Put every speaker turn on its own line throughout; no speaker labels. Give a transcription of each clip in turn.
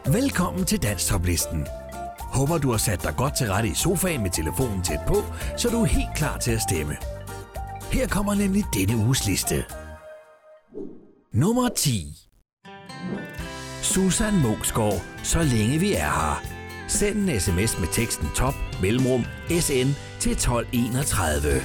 Velkommen til Danstoplisten. Håber du har sat dig godt til rette i sofaen med telefonen tæt på, så du er helt klar til at stemme. Her kommer nemlig denne uges liste. Nummer 10. Susan Mogsgaard, Så længe vi er her. Send en sms med teksten top mellemrum SN til 1231.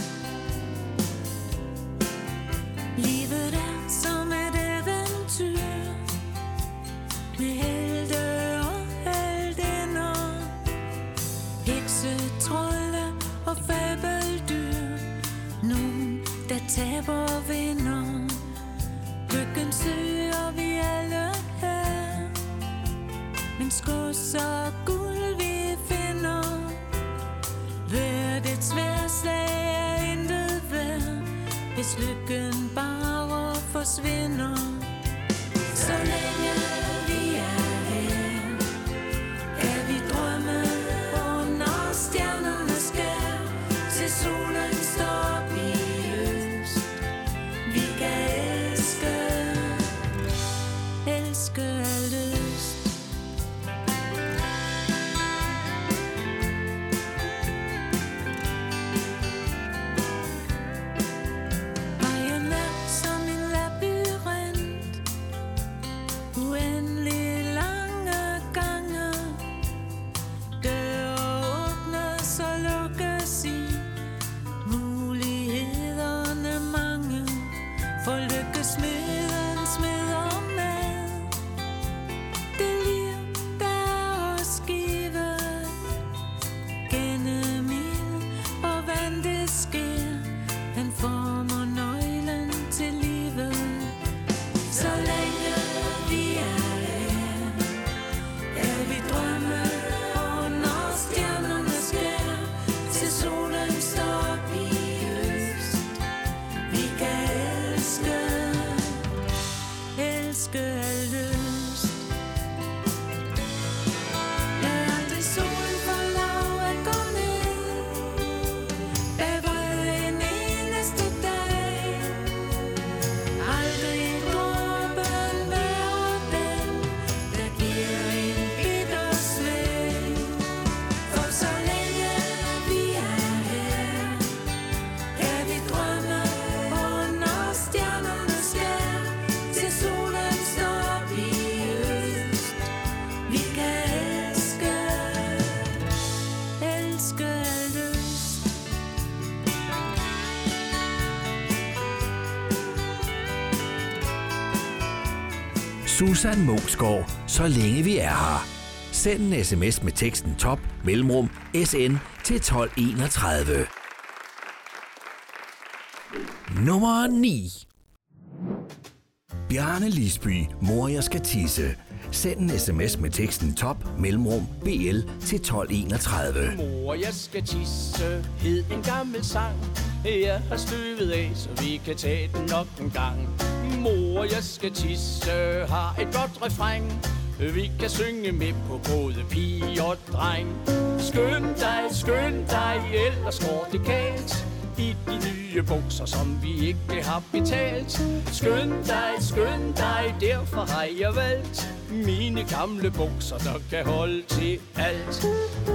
Lykken bare forsvinder. Så længe vi er her, kan vi drømme under stjernerne skær, til solen står op i øst. Vi kan elske af lyst.
Susan Mogsgaard, Så længe vi er her. Send en sms med teksten top mellemrum SN til 1231. Nummer 9. Bjarne Lisby, Mor jeg skal tisse. Send en sms med teksten top mellemrum BL til 1231.
Mor jeg skal tisse, hed en gammel sang. Jeg har støvet af, så vi kan tage den nok en gang. Mor jeg skal tisse, har et godt refræng. Vi kan synge med på både pige og dreng. Skynd dig, ellers går det galt i de nye bukser, som vi ikke har betalt. Skynd dig, derfor har jeg valgt mine gamle bukser, der kan holde til alt.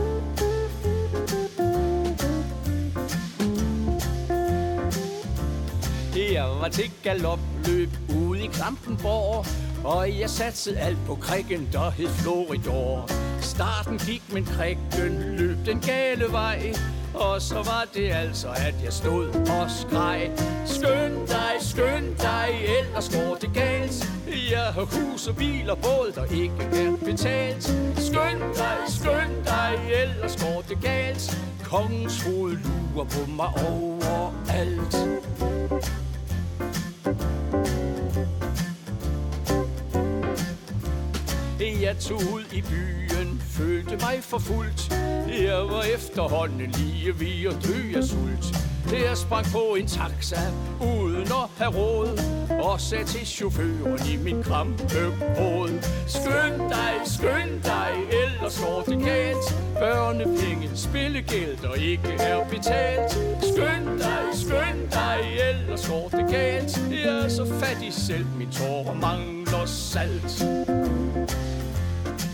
Jeg var til galopløb ude i Klampenborg, og jeg satsede alt på krikken, der hed Floridor. Starten gik, men krikken løb den gale vej, og så var det altså, at jeg stod og skreg. Skynd dig, ellers går det galt. Jeg har hus og bil og båd, der ikke er betalt. Skynd dig, ellers går det galt. Kongens hoved lurer på mig overalt. Jeg tog ud i byen, følte mig forfulgt. Jeg var efterhånden lige ved at dø af sult. Jeg sprang på en taxa uden at have råd, og sagde til chaufføren i min krampe hoved: Skynd dig, ellers går det galt. Børnepenge, spillegæld, der ikke er betalt. Skynd dig, ellers går det galt. Jeg er så fattig selv, min tårer mangler salt.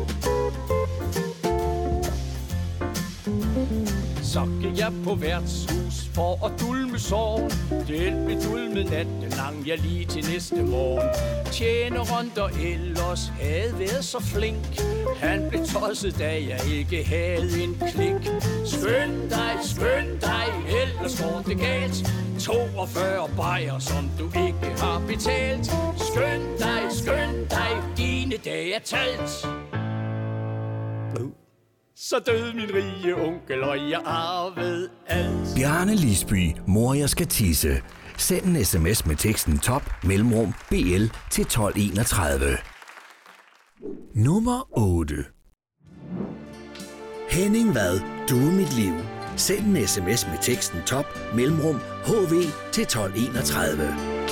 Så gik jeg på værtshus for at dulme sorgen. Det blev dulmet natten lang, jeg lige til næste morgen. Tjeneren, der ellers havde været så flink, han blev tosset, da jeg ikke havde en klik. Skynd dig, ellers går det galt. 42 bajer, som du ikke har betalt. Skynd dig, dine dage er talt. Så døde min rige onkel, og jeg arvede alt.
Bjarne Lisby, mor jeg skal tisse. Send en sms med teksten top mellemrum BL til 1231. Nummer 8. Henning Vad, du er mit liv. Send en sms med teksten top mellemrum HV til 1231.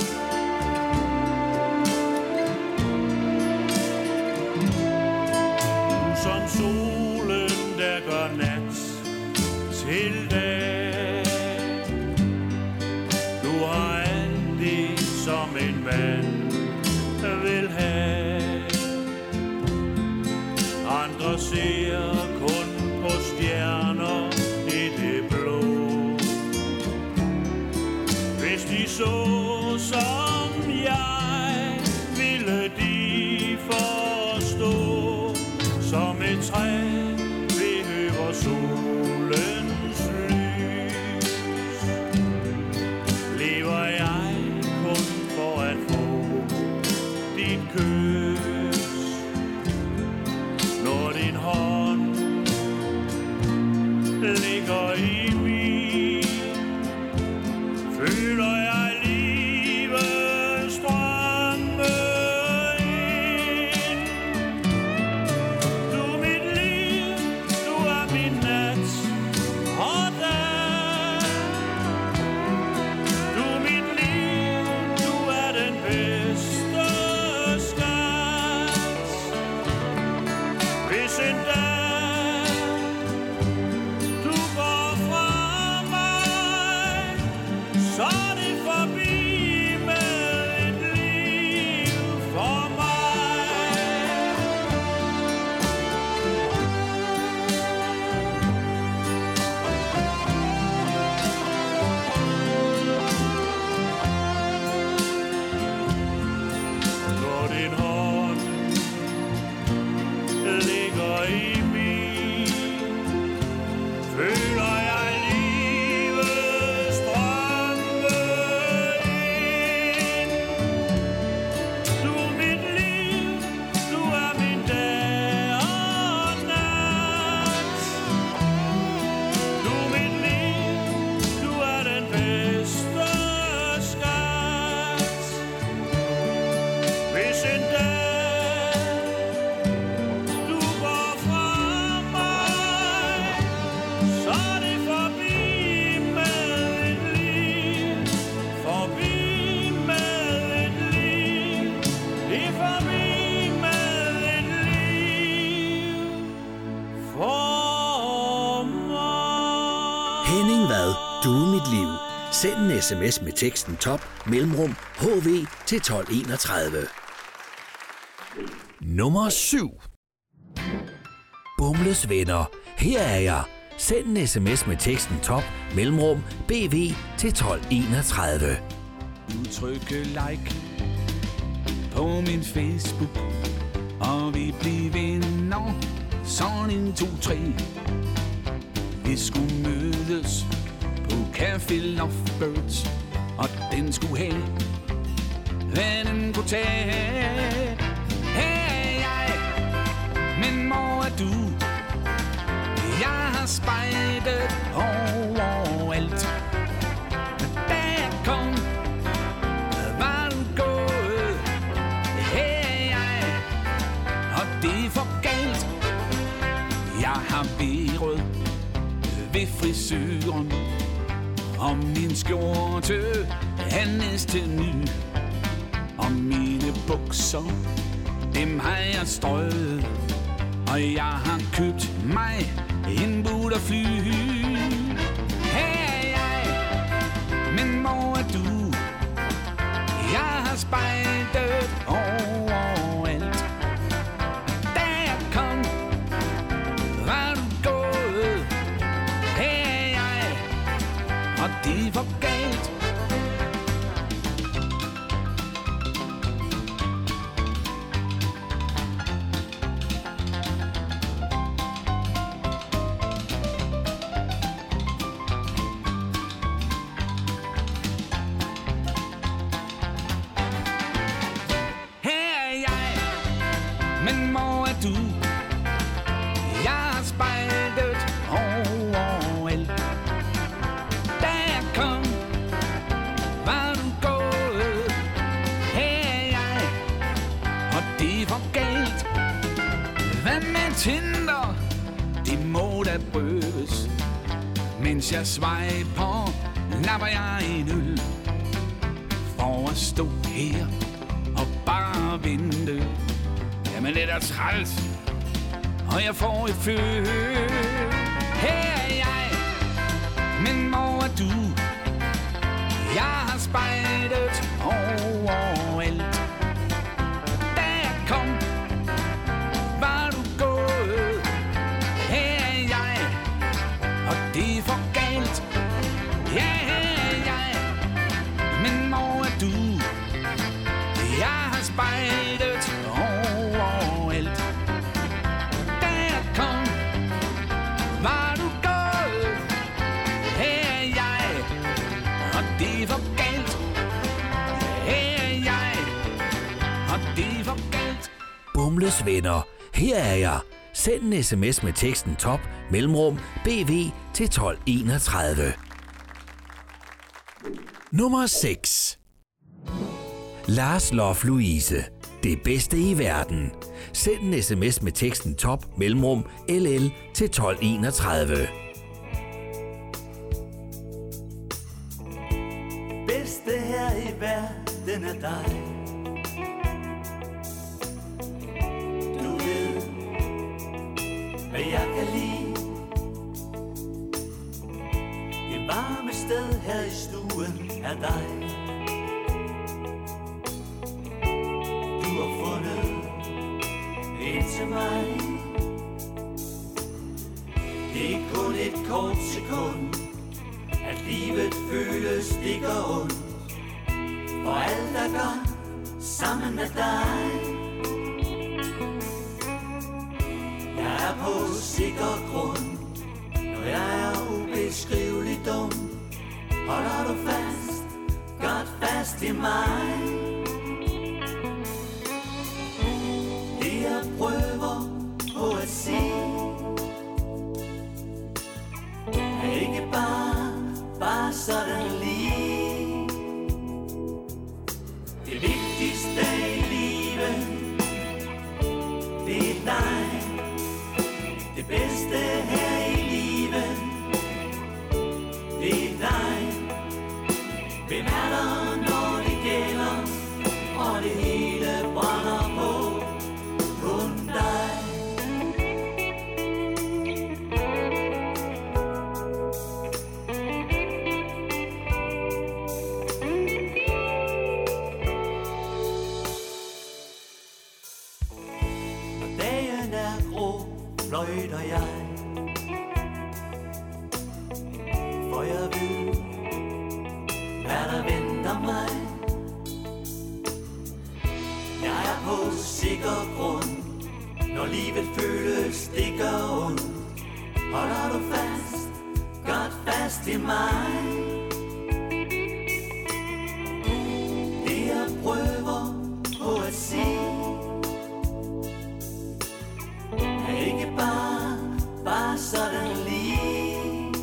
Som solen, der gør nat til dag. Du har alt det, som en mand vil have. Andre ser kun på stjerner i det blå. Hvis de så som jeg, ville de forstå. Som et træ behøver solens lys. Lever jeg kun for at få dit kys. Når din hånd ligger i min, føler jeg livet strømme ind. Du er mit liv, du er min nat og dag. Du er mit liv, du er den bedste skat. Hvis en dag du går fra mig, så er det forbi med et liv for mig. Når din hånd ligger i min, føler jeg livet strømme ind. Du er mit liv, du er min dag og nat. Du er mit liv, du er den bedste skat. Hvis en dag du går fra mig, så er det forbi med et liv. Forbi med et liv. Det er forbi med et liv for mig.
Henning Vad, du er mit liv. Send en sms med teksten top mellemrum HV til 1231. Nummer 7. Bumles venner. Her er jeg. Send en sms med teksten top mellemrum BV til 1231.
Trykke like på min Facebook, og vi bliver venner. Sådan en, 2, 3. Vi skulle mødes på Café Lovebirds, og den skulle have, hvad den kunne tage. Her er jeg, men hvor er du? Jeg har spejdet overalt. Da jeg kom, var du gået. Her er jeg, og det er for galt. Jeg har været ved frisøren, og min skjorte er næsten ny. Og mine bukser, dem har jeg strøget, og jeg har købt mig en butterfly. Her er jeg, men hvor er du? Jeg har spejdet overalt. Da jeg kom, Tinder, det må da prøves. Mens jeg swiper, napper jeg en øl. For at stå her og bare vente. Jamen det er da træls, og jeg får et føl. Her er jeg, men hvor er du? Jeg har spejdet overalt. Da jeg kom, var du gået. Her er jeg, og det er for galt. Ja, her er jeg, men hvor er du? Jeg har spejdet overalt. Da jeg kom, var du gået. Her er jeg, og det er for galt. Her er jeg, og det er for galt.
Bumles venner, her er jeg. Send en sms med teksten top mellemrum BV til 1231. Nummer 6. Lars Love Louise. Det bedste i verden. Send en sms med teksten top mellemrum LL til 1231.
Bedste her i verden er dig. Du ved, hvad jeg kan lide. Det varme sted her i stuen er dig. Du har fundet ind til mig. Det er kun et kort sekund, at livet føles det gør ondt. For alt er godt sammen med dig. Jeg er på sikker grund, når jeg er ubeskriveligt dum. Holder du fast, godt fast i mig. Det jeg prøver på at sige er ikke bare sådan lige. Det vigtigste i livet, det er dig. Det bedste her i livet, det er dig. Hvem er der, når det gælder, og det hele brænder på? Kun dig. Når dagen er grå, fløjter jeg. For jeg ved, hvad der venter mig. Jeg er på sikker grund, når livet føles det gør ondt. Holder du fast, godt fast i mig. Det jeg prøver på at sige er ikke bare sådan lige.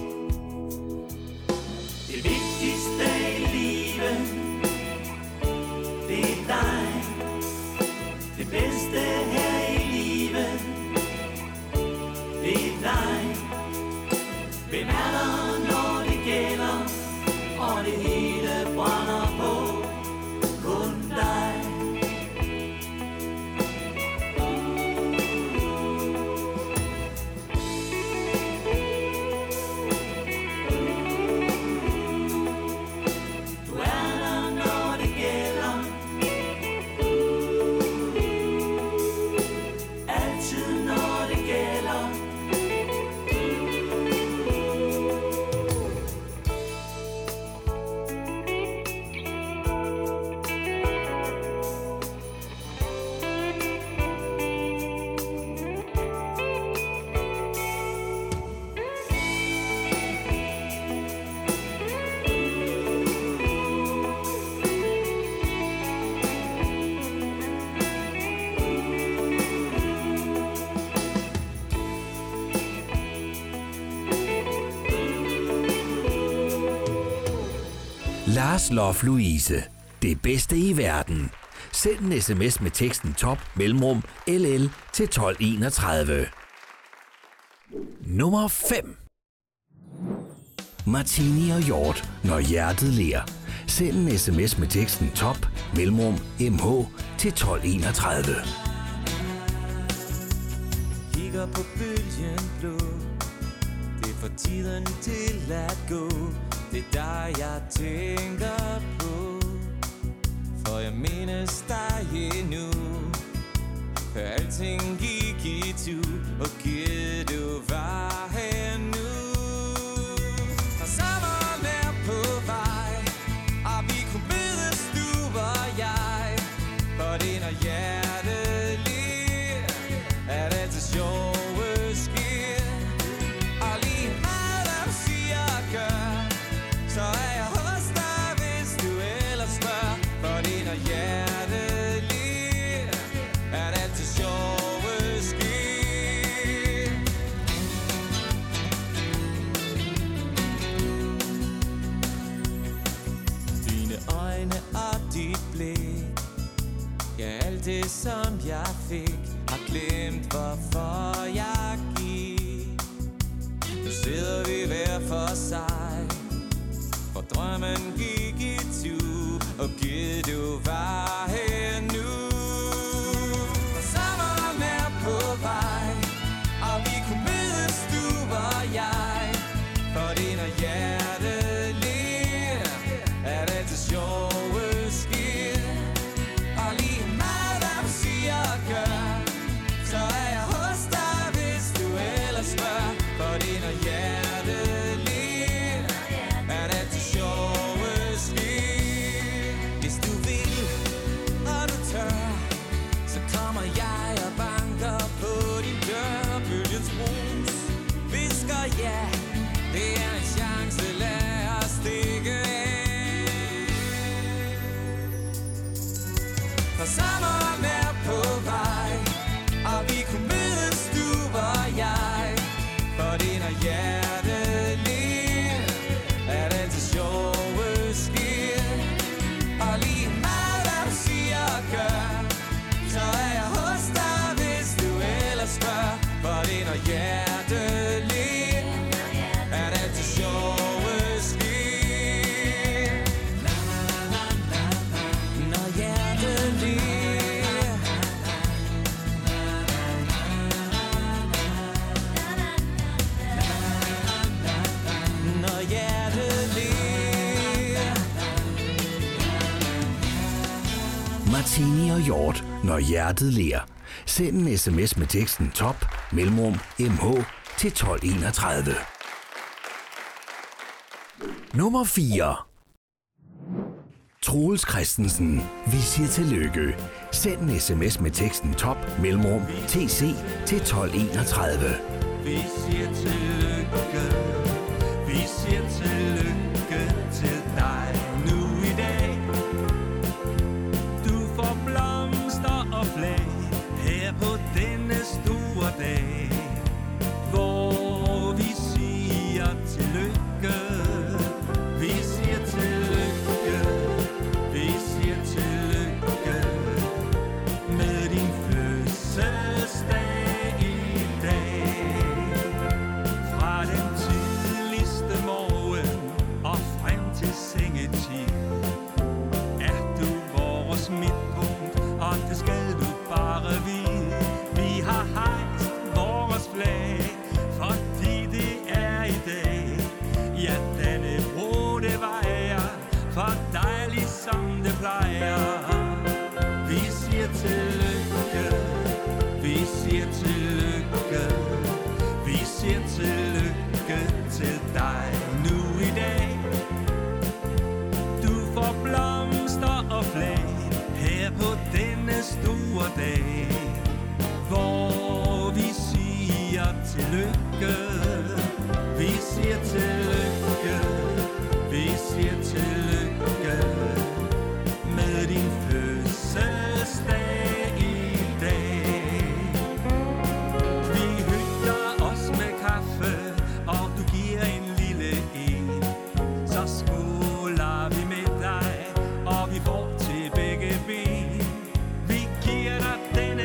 Det vigtigste i livet, det er dig. Det bedste her i livet, det er dig. Hvem er der, når det gælder, og det hele brænder på? Kun dig. Du er der, når det gælder. Altid, når det gælder.
Lars Love Louise. Det bedste i verden. Send en sms med teksten top mellemrum LL til 1231. Nummer 5. Martini og Hjort, når hjertet ler. Send en sms med teksten top mellemrum mh til 1231.
Kigger på bølgen blå, det får tiden til at gå. Det er dig jeg tænker på, for jeg mindes dig endnu. For alting gik i tu, og giv du var her nu. Og sommeren er på vej, og vi kunne mødes du og jeg. For det når hjertet ler, at altid sjove sker. Og lige meget hvad du siger og gør, så er jeg hos dig, hvis du ellers spørger. For det når hjertet ler, at altid sjove sker. Dine øjne og dit blik, ja alt det som jeg fik, har glemt hvorfor jeg gik. Nu sidder vi hver for sig, for drømmen gik i tu, og giv du var her nu. For sommeren er på vej, og vi kunne mødes du og jeg. For det når hjertet ler, at altid sjove sker. Og lige meget hvad du siger og gør, så er jeg hos dig, hvis du ellers spørger. For det når hjertet ler, at altid sjove sker. Hvis du vil, og du tør, så kommer jeg og banker på din dør. Bølgens brus visker ja, det er en chance, lad os stikke af. For sommeren er på vej, og vi kunne mødes du og jeg. For det når hjertet ler, at altid sjove sker. Og lige meget hvad du siger og gør, så er jeg hos dig, hvis du ellers spørger. For det når hjertet ler, at altid sjove sker. Når hjertet ler, når hjertet ler.
Martini og Hjort, når hjertet ler. Send en sms med teksten top mellemrum mh til 1231. Nummer 4. Troels Christensen, vi siger tillykke. Send en sms med teksten top mellemrum tc til 1231.
Vi siger tillykke, vi siger tillykke til dig nu i dag. Du får blomster og flag her på denne store dag, hvor vi siger tillykke, vi siger tillykke, vi siger tillykke med din fødselsdag i dag. Fra den tidligste morgen og frem til sengetid er du vores midtpunkt, og det skal du bare vide. Vi har hejst vores flag, fordi det er i dag. Ja, Dannebrog det vejer for dig, ligesom det plejer. Vi siger tillykke, vi siger tillykke, vi siger tillykke til dig nu i dag. Du får blomster og flag her på denne store dag, hvor vi siger tillykke, vi siger tillykke, vi siger tillykke med din fødselsdag i dag. Vi hygger os med kaffe, og du giver en lille en. Så skåler vi med dig, og vi får til begge ben. Vi giver dig den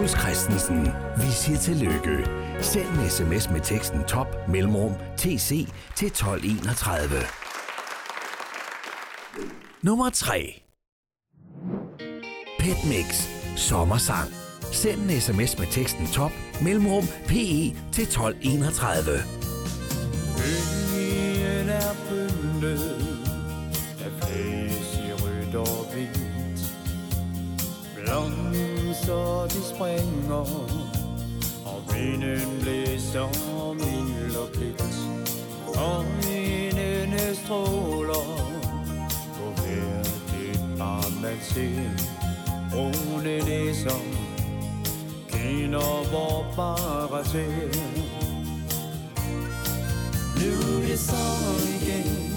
Troels Christensen, vi siger tillykke. Send en sms med teksten top mellemrum TC til 1231. Nummer 3. Petmix sommersang. Send en sms med teksten top mellemrum PE til 1231.
Byen er pyntet af flæs i rødt og hvidt. Blomster de springer, og vinden blæser mild og blidt. Øjnene stråler på hvert et barn man ser. Brune næser kender hvor bare ser. Nu er det sommer igen,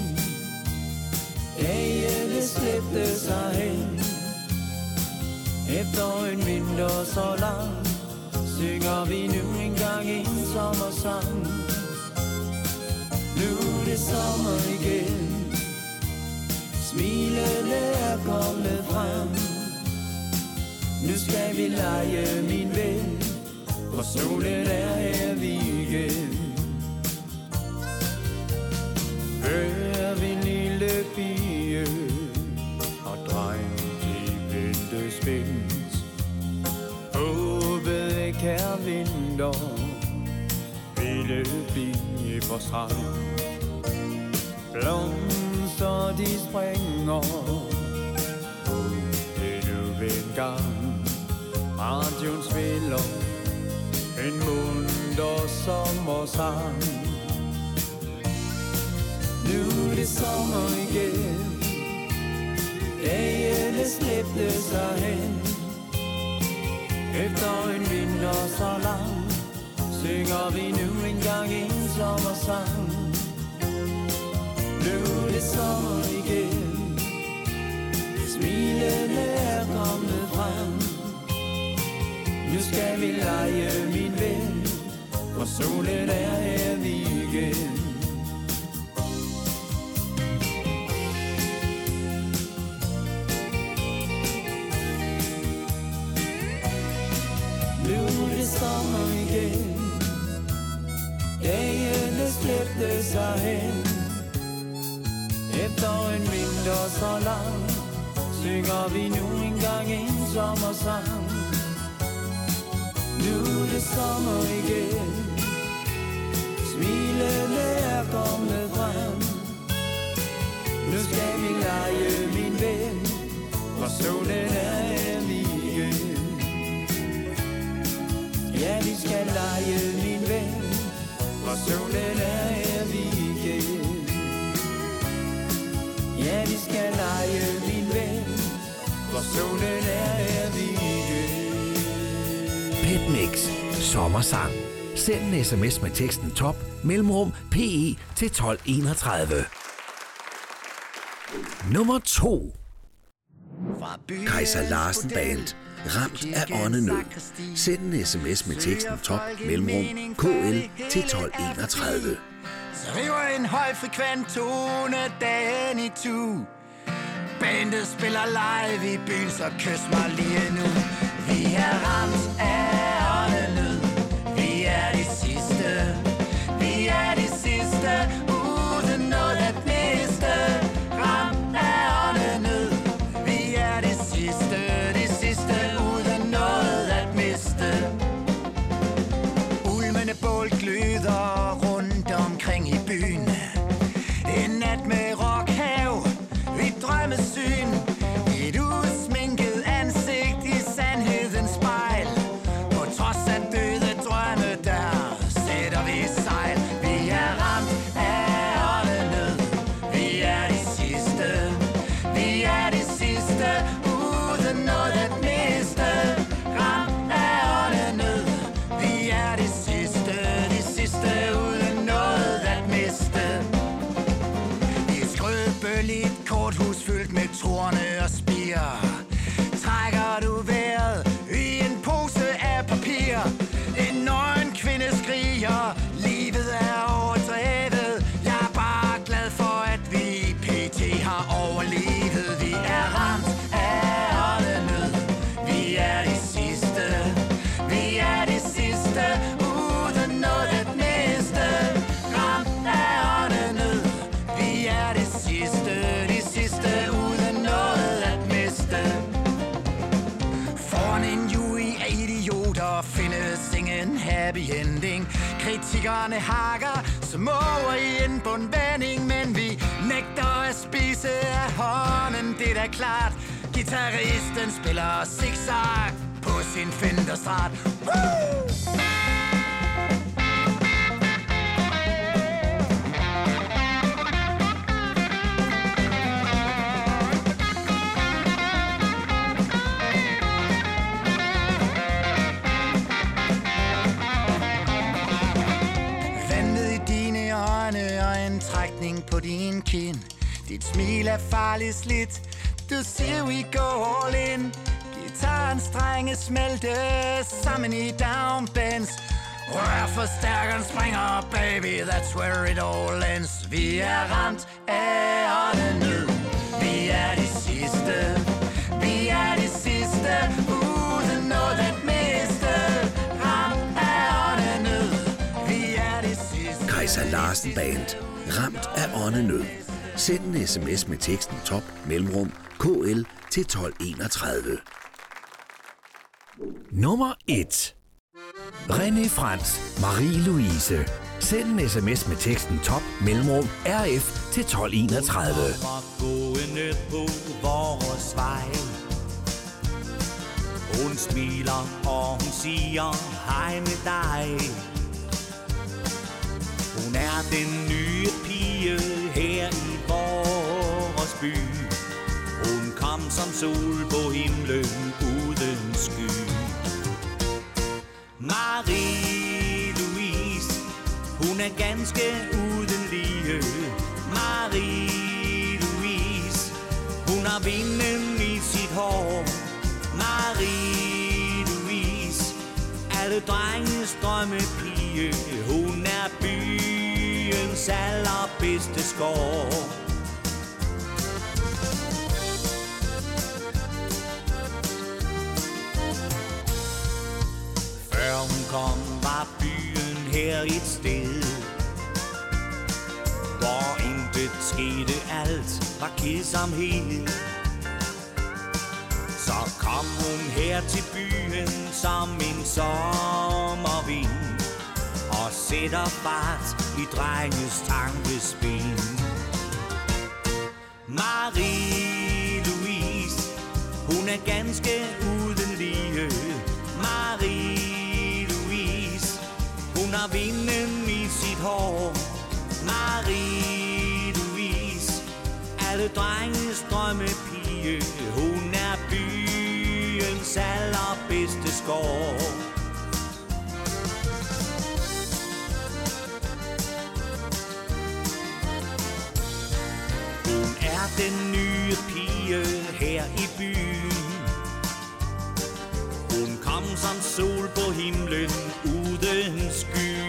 dagene slæbte sig hen. Efter en vinter så lang, synger vi nu engang en sommersang. Nu er det sommer igen, smilene er kommet frem. Nu skal vi lege, min ven, for solen er her vi igen. Hør vi en lille pige, og dreng de vente spændt. Håbet kære vinter, ville blive på strand. Blomster de springer, endnu en gang. Radioen spiller en munter sommersang. Nu er det sommer igen, dagene slæbte sig hen. Efter en vinter så lang, synger vi nu engang en sommersang. Nu er det sommer igen, smilene er kommet frem. Nu skal vi lege, min ven, for solen er her vi igen. Nu er det sommer igen, dagene slæbte sig hen. Efter en vinter så lang, synger vi nu engang en sommersang. Nu er det sommer igen, smilene er kommet frem. Nu skal vi lege, min ven, for solen er her vi igen. Ja, vi skal lege, min ven, for solen er her vi igen. Ja, vi skal lege, min ven, for solen er her vi igen.
Petmix sommersang. Send en sms med teksten top mellemrum PE til 1231. Nummer 2. Kaiser Larsen Band. Ramt af åndenød. Send en sms med teksten top mellemrum KL til 1231.
Så river en højfrekvent tone dagen i tu. Bandet spiller live i byen, så kys mig lige nu. Vi er ramt af åndenød. Vi er de sidste. Vi er de sidste. Uden noget at miste. Ramt af åndenød. Vi er de sidste. De sidste. Uden noget at miste. Ulmende bål gløder rundt omkring i byen. En nat med rockhav. Vi drømmesyn. Et usminket ansigt i sandhedens spejl. ingen happy ending. Kritikerne hakker som over i en bundvending, men vi nægter at spise af hånden, det er da klart. Gitarristen spiller zigzag på sin Fender-Strat. Trækning på din kind. Dit smil er farligt slidt. Du siger we go all in. Gitarens strenge smelte sammen i downbends. Rørforstærkeren springer, baby, that's where it all ends. Vi er ramt af åndenød. Vi er de sidste. Vi er de sidste. Uden noget at miste. Ramt af åndenød. Vi er de sidste.
Kaiser Larsen Band. Ramt af åndenød. Send en sms med teksten top mellemrum KL til 1231. Nummer 1. René Frans, Marie-Louise. Send en sms med teksten top mellemrum RF til 1231.
Gående på vores vej. Hun smiler og hun siger hej med dig. Hun er den nye pige her i vores by. Hun kom som sol på himlen uden sky. Marie-Louise, hun er ganske uden lige. Marie-Louise, hun har vinden i sit hår. Marie-Louise, alle drenges drømmepige. Hun er byens allerbedste skår. Før hun kom, var byen her et sted, hvor intet skete, alt var kedsomhed. Så kom hun her til byen som en sommervind og sætter fart i drenges tankespind. Marie-Louise, hun er ganske uden lige. Marie-Louise, hun har vinden i sit hår. Marie-Louise, alle drenges drømmepige. Hun er byens allerbedste skår. Hun er den nye pige her i byen. Hun kom som sol på himlen uden sky.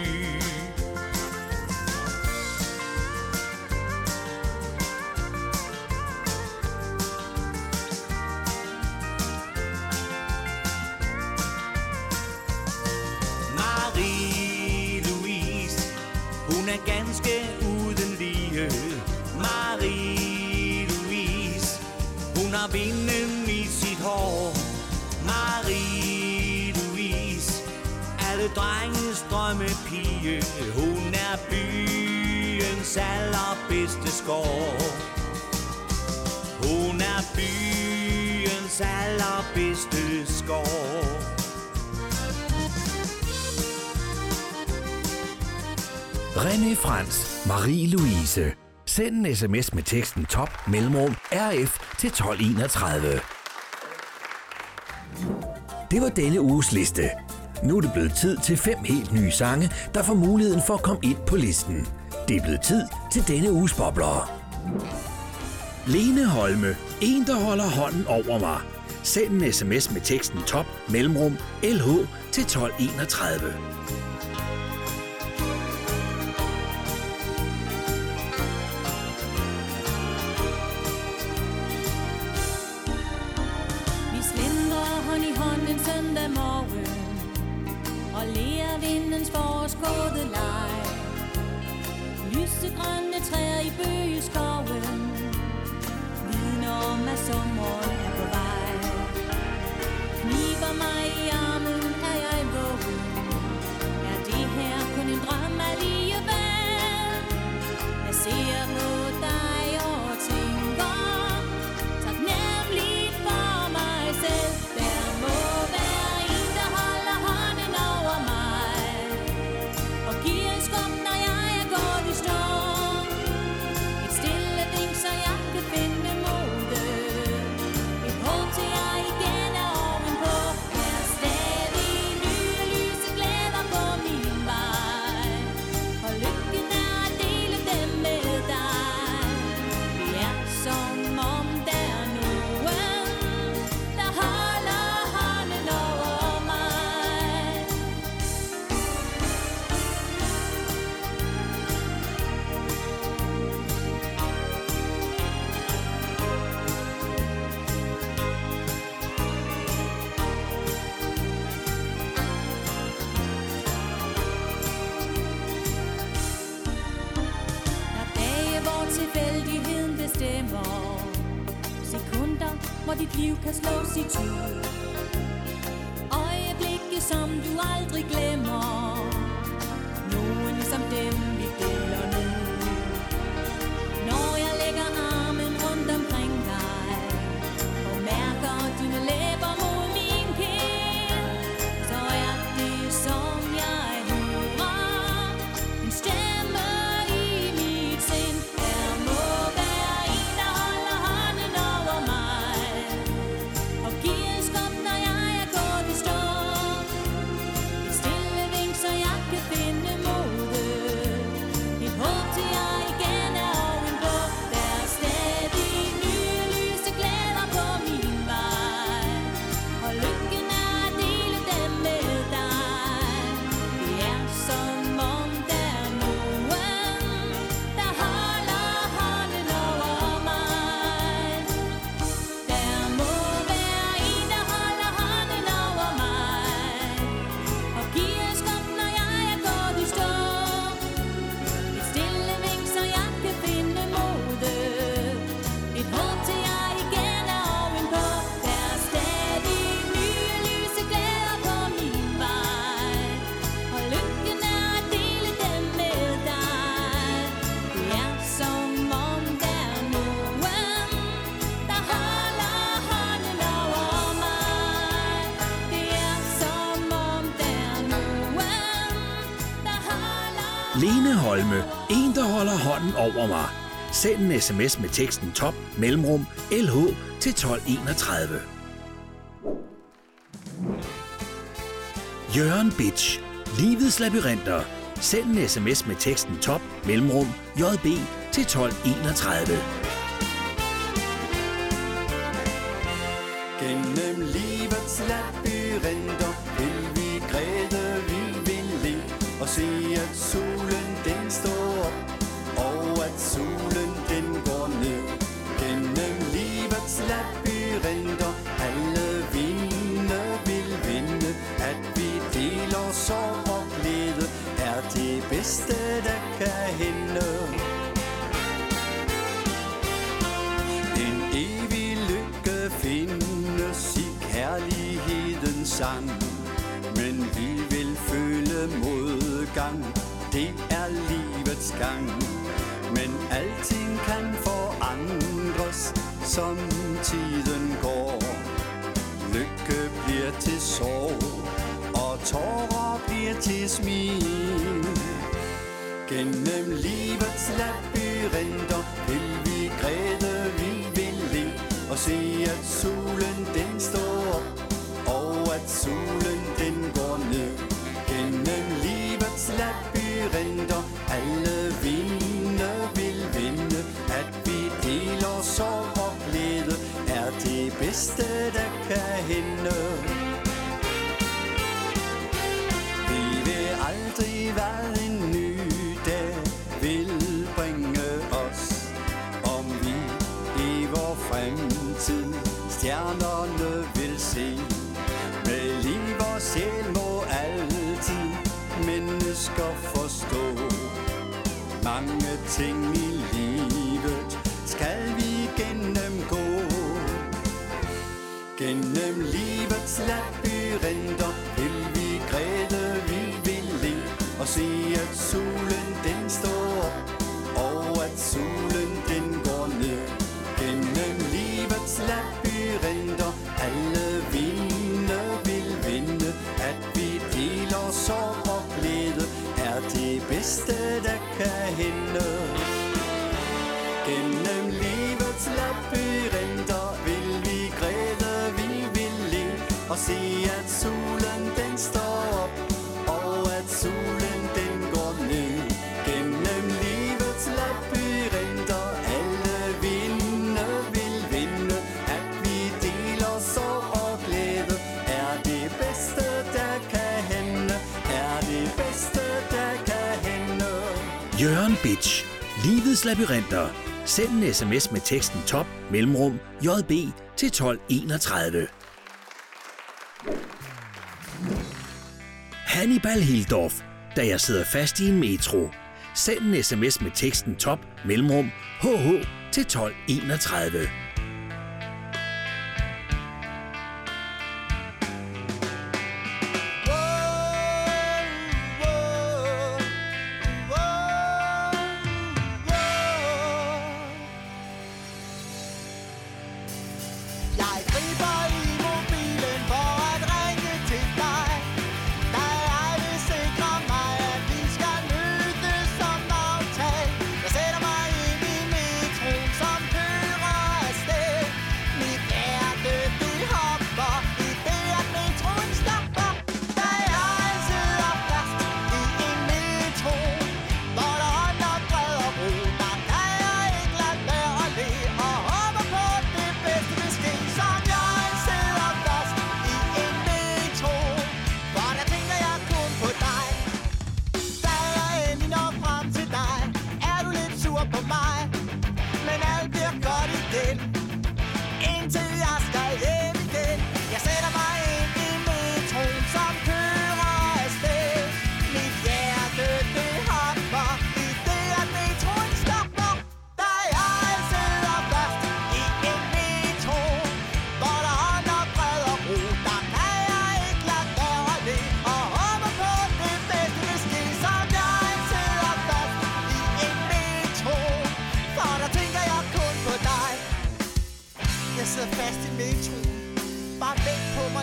Marie-Louise, hun er ganske uden lige. Marie-Louise, hun har vinden i sit hår. Marie-Louise, alle drenges drømmepige. Hun er byens allerbedste skår. Hun er byens allerbedste skår.
René Frans, Marie-Louise. Send en sms med teksten top mellemrum RF til 1231. Det var denne uges liste. Nu er det blevet tid til 5 helt nye sange, der får muligheden for at komme ind på listen. Det er blevet tid til denne uges boblere. Lene Holme, en der holder hånden over mig. Send en sms med teksten top mellemrum LH til 1231.
Lysegrønne træer i bøgeskoven vidner om, at sommeren er på vej. Kniber mig i armen, er jeg vågen. dit liv kan slås i to. Øjeblikke, som du aldrig glemmer. Nogen ligesom dem, vi deler nu. Når jeg lægger armen rundt omkring dig og mærker dine læber mod min kind, så er det som jeg hører en stemme i mit sind. Der må være en, der holder hånden over mig og giver et skub, når jeg er gået i stå. Et stille vink, så jeg kan finde modet. Et håb til jeg igen er ovenpå. Der er stadig nye lyse glæder på min vej, og lykken er at dele dem med dig. Det er som om der er nogen, der holder hånden over mig. Der må være en, der holder hånden over mig og giver et skub, når jeg er gået i stå. Et stille vink, så jeg kan finde modet. Et håb til jeg igen er ovenpå. Der er stadig nye lyse glæder på min vej, og lykken er at dele dem med dig. Det er som om der er nogen, der holder hånden over mig. Det er som om der er nogen, der holder.
Lene Holme, en der holder hånden over mig. Send en sms med teksten top mellemrum LH til 1231. Jørgen Bitsch, Livets labyrinter. Send en sms med teksten top mellemrum JB til 1231.
Gennem livets labyrinter vil vi græde, vi vil le og se, at solen den står op, og at solen den går ned. Gennem livets labyrinter alle vinde vil vinde. At vi deler sorg og glæde er det bedste, der kan hænde. En evig lykke findes i kærlighedens sang, men vi vil føle modgang, det er livets gang. Men alting kan forandres, som tiden går. Lykke bliver til sorg, og tårer bliver til smil. Gennem livets labyrinter vil vi græde, vi vil le og se, at solen den står op, og at solen den går ned. Gennem livets labyrinter alle vinde vil vinde. At vi deler sorg og glæde er det bedste, der kan hænde. Vi vil aldrig være en ny dag vil bringe os, om vi i vor fremtid stjernerne vil se. Med liv og sjæl må altid mennesker forstå. Mange ting i livet skal vi gennemgå. Gennem livets labyrinter vil vi græde, vi vil le og se, at solen den står op, og at solen den går ned. Gennem livets labyrinter alle vinde vil vinde. At vi deler sorg og glæde er det bedste, der kan hænde. Gennem livets labyrinter vil vi græde, vi vil le og se, at solen den står op, og at solen den går ned. Gennem livets labyrinter alle vinde vil vinde. At vi deler sorg og glæde er det bedste, der kan hænde. Er det bedste, der kan hænde.
Jørgen Bitsch, Livets labyrinter. Send en sms med teksten top mellemrum JB til 1231. Hannibal Hildorf, da jeg sidder fast i en metro. Send en sms med teksten top mellemrum HH til 1231.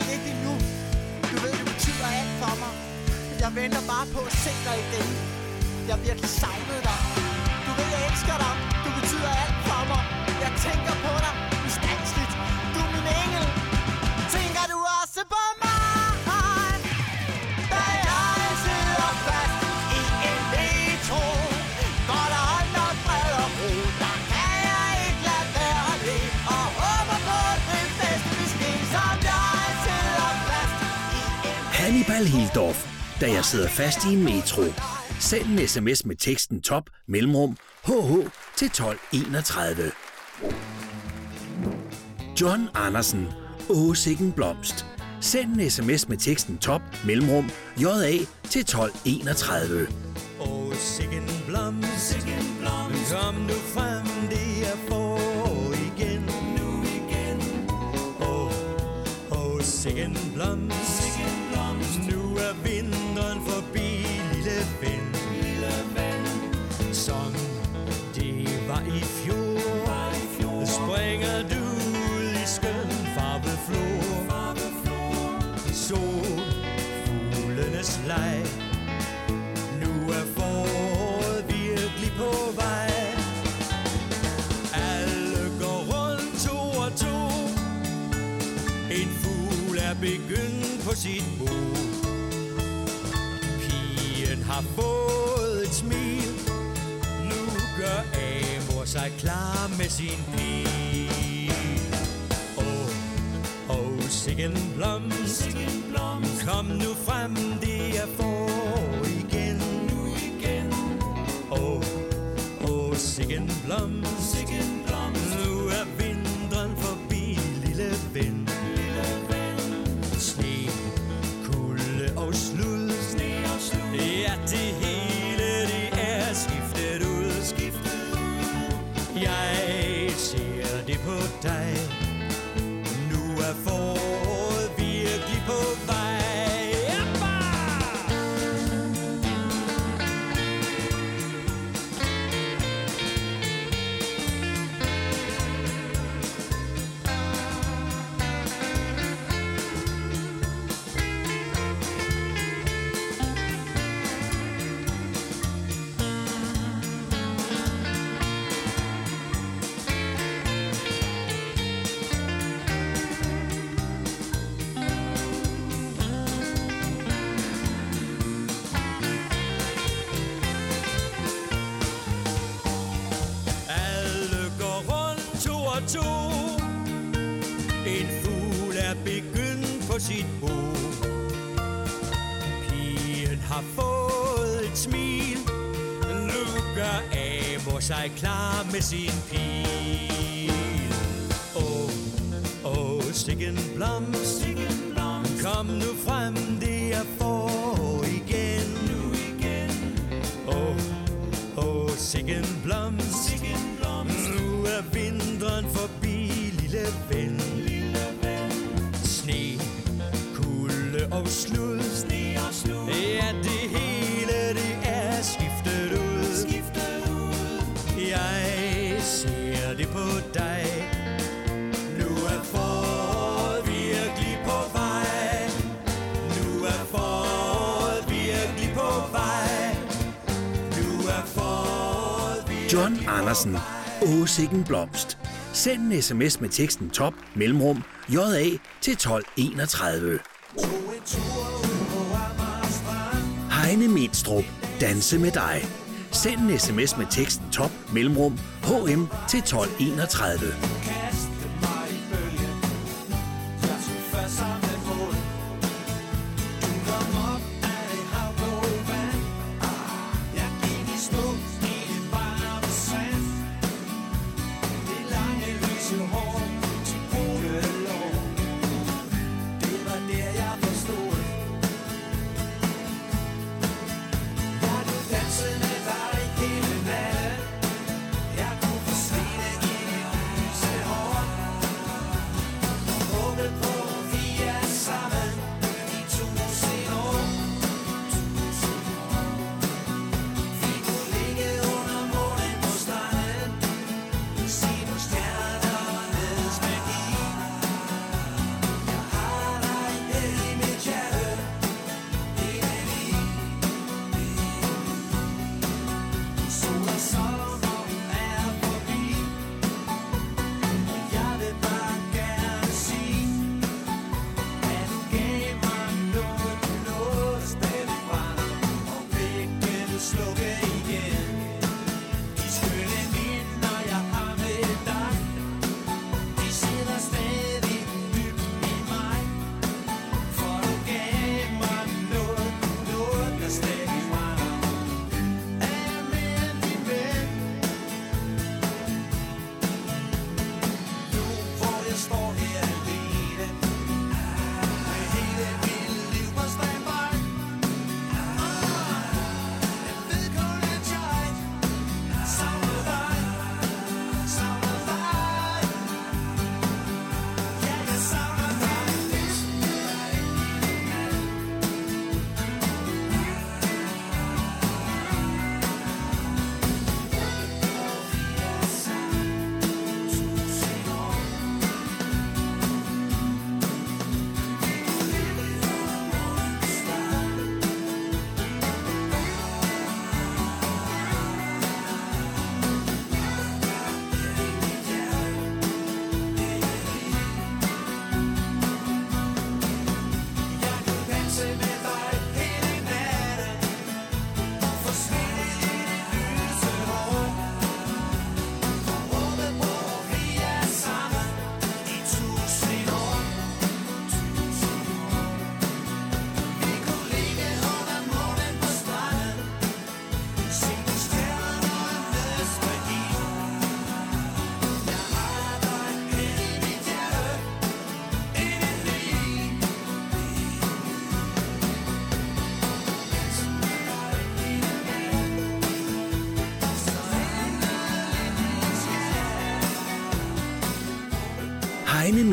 ikke endnu. Du ved, det betyder alt for mig. Jeg venter bare på at se dig igen. Jeg har virkelig savnet dig. Du ved, jeg elsker dig. Du betyder alt for mig. Jeg tænker på dig ustandsligt. Du er min engel. Tænker du også på mig? Da jeg sidder fast i en metro, hvor der holder fred og ro, der kan jeg ikke lade være at le og håber på det bedste, hvis det som jeg sidder fast i en
Hannibal Hildorf, da jeg sidder fast i en metro. Send en sms med teksten top mellemrum HH til 1231. John Andersen. Åh, sikken blomst. Send en sms med teksten top mellemrum JA til 1231.
Åh, sikken blomst, kom nu frem, det er for igen. Åh, sikken blomst, nu er vinteren forbi, lille ven. Som det var i fjor, springer du ud i skøn farvet flor. Sol, fuglenes leg, nu er foråret virkelig på vej. Alle går rundt to og to, en fugl er begyndt på sit bo. Pigen har fået et smil, nu gør Amor sig klar med sin pil. Åh, sikken blomst, kom nu frem, det er for igen. Åh, sikken blomst, nu er vinteren forbi, lille ven. Sne, kulde og slud, ja, det hele, det er skiftet ud. Jeg ser det på dig, nu er foråret virkelig på vej. En fugl er begyndt på sit bo. Pigen har fået et smil, nu gør Amor sig klar med sin pil. Åh, sikken blomst, kom nu frem, det er for igen. Åh, sikken blomst, nu er vinteren forbi, lille ven. Sne, kulde og slud, ja, det hele, det er skiftet ud. Jeg ser det på dig, nu er foråret virkelig på vej. Nu er foråret virkelig på vej. Nu er foråret virkelig.
John Andersen. Åh, sikken blomst. Send en sms med teksten top mellemrum JA til 1231. Heine Mindstrup. Danse med dig. Send en sms med teksten top mellemrum HM til 1231.
Jeg kunne forsvinde ind i lyset.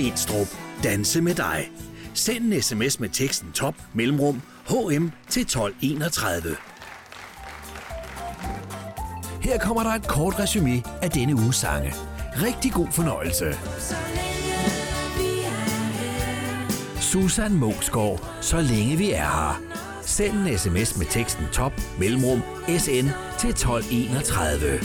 Mindstrup, danse med dig. Send en sms med teksten top mellemrum HM til 1231. Her kommer der et kort resumé af denne uges sange. Rigtig god fornøjelse. Susan Mogsgaard, så længe vi er her. Send en sms med teksten top mellemrum SN til 1231.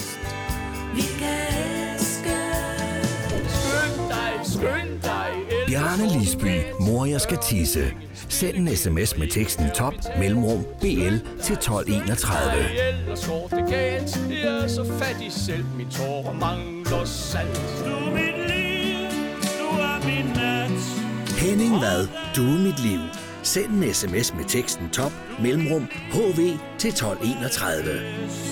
Bjarne Lisby, mor jeg skal tisse. Send en sms med teksten top mellemrum BL til 1231. Henning Vad, du er mit liv. Send en sms med teksten top mellemrum HV til 1231.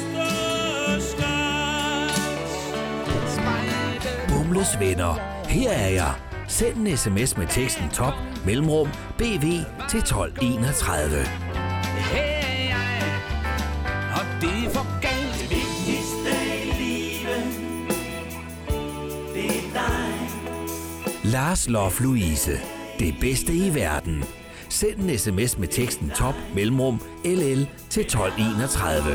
Bumles venner, her er jeg. Send en sms med teksten top mellemrum BV til 1231.
Her er jeg, og det er for galt.
Det vigtigste i livet, det er dig.
Lars Love Louise, det bedste i verden. Send en sms med teksten top mellemrum LL til 1231.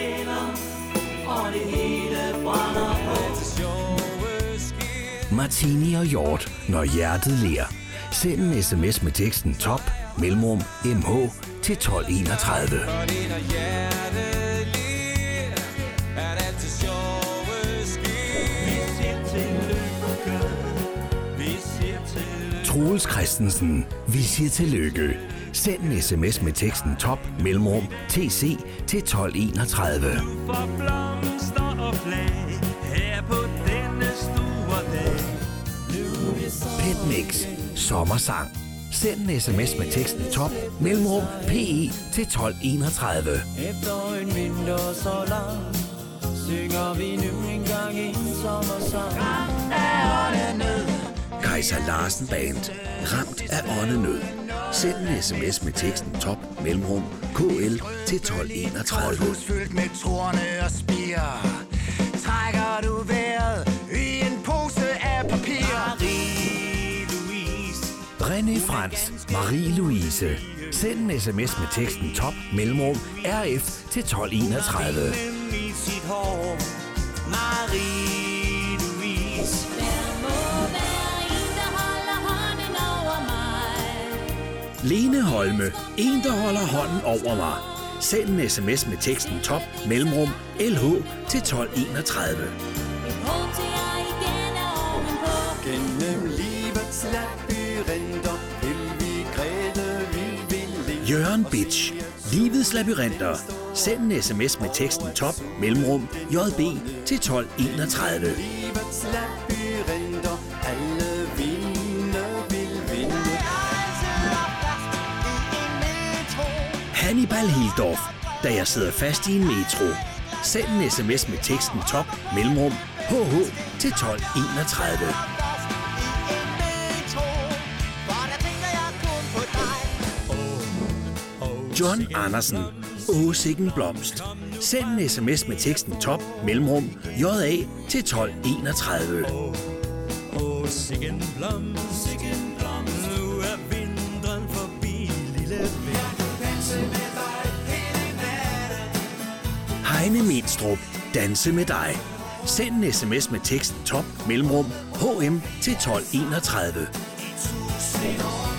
Martini og Hjort, når hjertet ler. Send en sms med teksten top mellemrum MH til 1231. Troels Christensen, vi siger tillykke. Send en sms med teksten top mellemrum TC til 1231. Pet Mix, sommersang. Send en sms med teksten top mellemrum PE til 1231.
Efter en vinter så lang, synger vi nu engang en sommersang.
Kajsa Larsen Band, ramt af åndenød. Send en sms med teksten top mellemrum KL til 1231.
Fyldt med torne og spir. Trækker du vejret i en pose af papir.
René Frans, Marie-Louise. Send en sms med teksten top mellemrum RF til 1231. Lene Holme, en der holder hånden over mig. Send en sms med teksten top mellemrum LH til 1231.
Gennem livets labyrinter vil vi græde, vi vil leve.
Jørgen Bitch, livets labyrinter. Send en sms med teksten top mellemrum JB til 1231.
Livets labyrinter, alle vinde vil vinde.
Hannibal Hildorf, da jeg sidder fast i en metro. Send en sms med teksten top mellemrum HH til 1231. John Andersen, åh sikken blomst. Send en sms med teksten top mellemrum JA til 1231.
Åh, sikken blomst, nu er vinteren forbi, lille ven.
Heine Mindstrup, danse med dig. Send en sms med teksten top mellemrum HM til 1231.